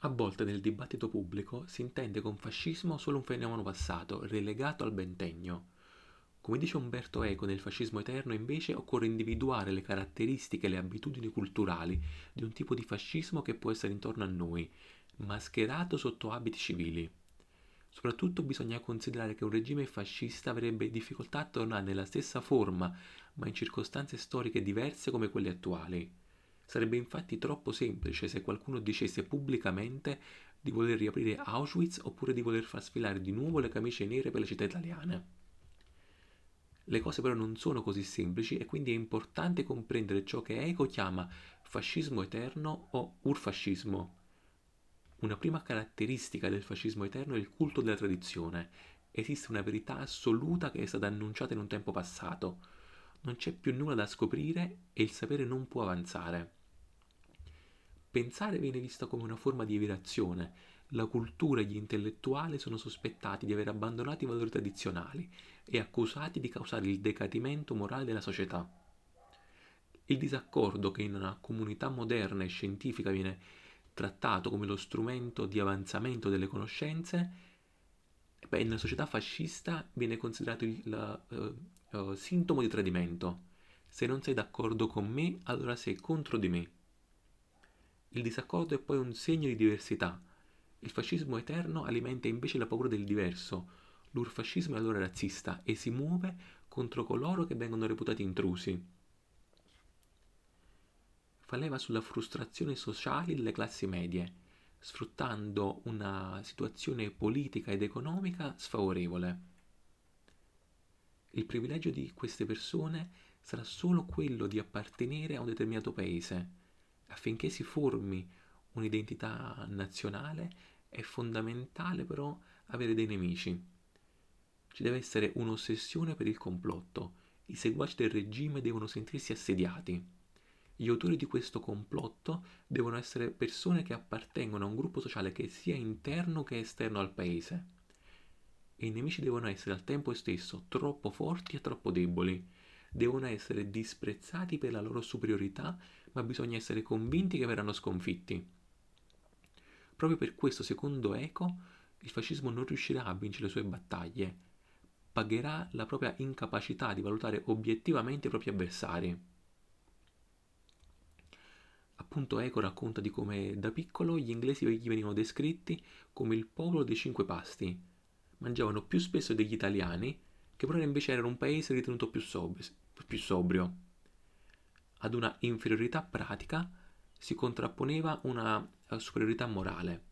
A volte nel dibattito pubblico si intende con fascismo solo un fenomeno passato, relegato al ventennio. Come dice Umberto Eco nel Fascismo Eterno, invece, occorre individuare le caratteristiche e le abitudini culturali di un tipo di fascismo che può essere intorno a noi, mascherato sotto abiti civili. Soprattutto bisogna considerare che un regime fascista avrebbe difficoltà a tornare nella stessa forma, ma in circostanze storiche diverse come quelle attuali. Sarebbe infatti troppo semplice se qualcuno dicesse pubblicamente di voler riaprire Auschwitz oppure di voler far sfilare di nuovo le camicie nere per le città italiane. Le cose però non sono così semplici e quindi è importante comprendere ciò che Eco chiama fascismo eterno o urfascismo. Una prima caratteristica del fascismo eterno è il culto della tradizione. Esiste una verità assoluta che è stata annunciata in un tempo passato. Non c'è più nulla da scoprire e il sapere non può avanzare. Pensare viene vista come una forma di evirazione. La cultura e gli intellettuali sono sospettati di aver abbandonato i valori tradizionali e accusati di causare il decadimento morale della società. Il disaccordo che in una comunità moderna e scientifica viene trattato come lo strumento di avanzamento delle conoscenze, beh, nella società fascista viene considerato il sintomo di tradimento. Se non sei d'accordo con me, allora sei contro di me. Il disaccordo è poi un segno di diversità. Il fascismo eterno alimenta invece la paura del diverso. L'urfascismo è allora razzista e si muove contro coloro che vengono reputati intrusi. Fa leva sulla frustrazione sociale delle classi medie, sfruttando una situazione politica ed economica sfavorevole. Il privilegio di queste persone sarà solo quello di appartenere a un determinato paese. Affinché si formi un'identità nazionale è fondamentale però avere dei nemici. Ci deve essere un'ossessione per il complotto. I seguaci del regime devono sentirsi assediati. Gli autori di questo complotto devono essere persone che appartengono a un gruppo sociale che sia interno che esterno al paese. E i nemici devono essere al tempo stesso troppo forti e troppo deboli. Devono essere disprezzati per la loro superiorità, ma bisogna essere convinti che verranno sconfitti. Proprio per questo, secondo Eco, il fascismo non riuscirà a vincere le sue battaglie, pagherà la propria incapacità di valutare obiettivamente i propri avversari. Appunto Eco racconta di come da piccolo gli inglesi gli venivano descritti come il popolo dei cinque pasti. Mangiavano più spesso degli italiani, che però invece erano un paese ritenuto più sobrio. Ad una inferiorità pratica si contrapponeva una superiorità morale.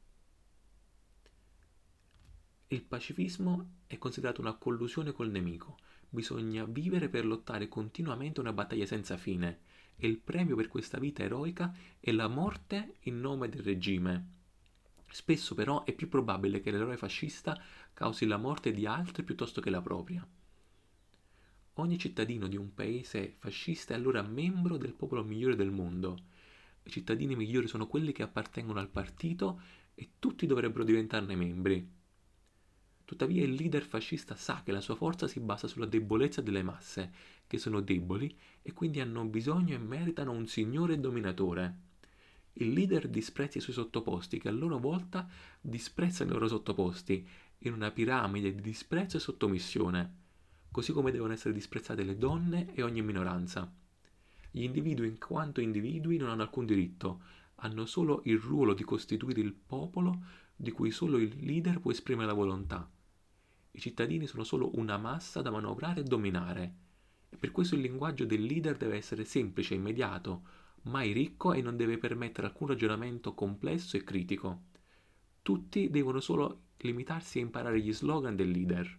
Il pacifismo è considerato una collusione col nemico. Bisogna vivere per lottare continuamente una battaglia senza fine e il premio per questa vita eroica è la morte in nome del regime. Spesso però è più probabile che l'eroe fascista causi la morte di altri piuttosto che la propria. Ogni cittadino di un paese fascista è allora membro del popolo migliore del mondo. I cittadini migliori sono quelli che appartengono al partito e tutti dovrebbero diventarne membri. Tuttavia il leader fascista sa che la sua forza si basa sulla debolezza delle masse, che sono deboli e quindi hanno bisogno e meritano un signore dominatore. Il leader disprezza i suoi sottoposti, che a loro volta disprezzano i loro sottoposti, in una piramide di disprezzo e sottomissione, così come devono essere disprezzate le donne e ogni minoranza. Gli individui in quanto individui non hanno alcun diritto, hanno solo il ruolo di costituire il popolo di cui solo il leader può esprimere la volontà. I cittadini sono solo una massa da manovrare e dominare. E per questo il linguaggio del leader deve essere semplice, immediato, mai ricco e non deve permettere alcun ragionamento complesso e critico. Tutti devono solo limitarsi a imparare gli slogan del leader.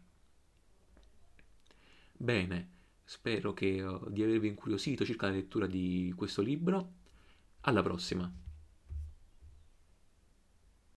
Bene, spero di avervi incuriosito circa la lettura di questo libro. Alla prossima!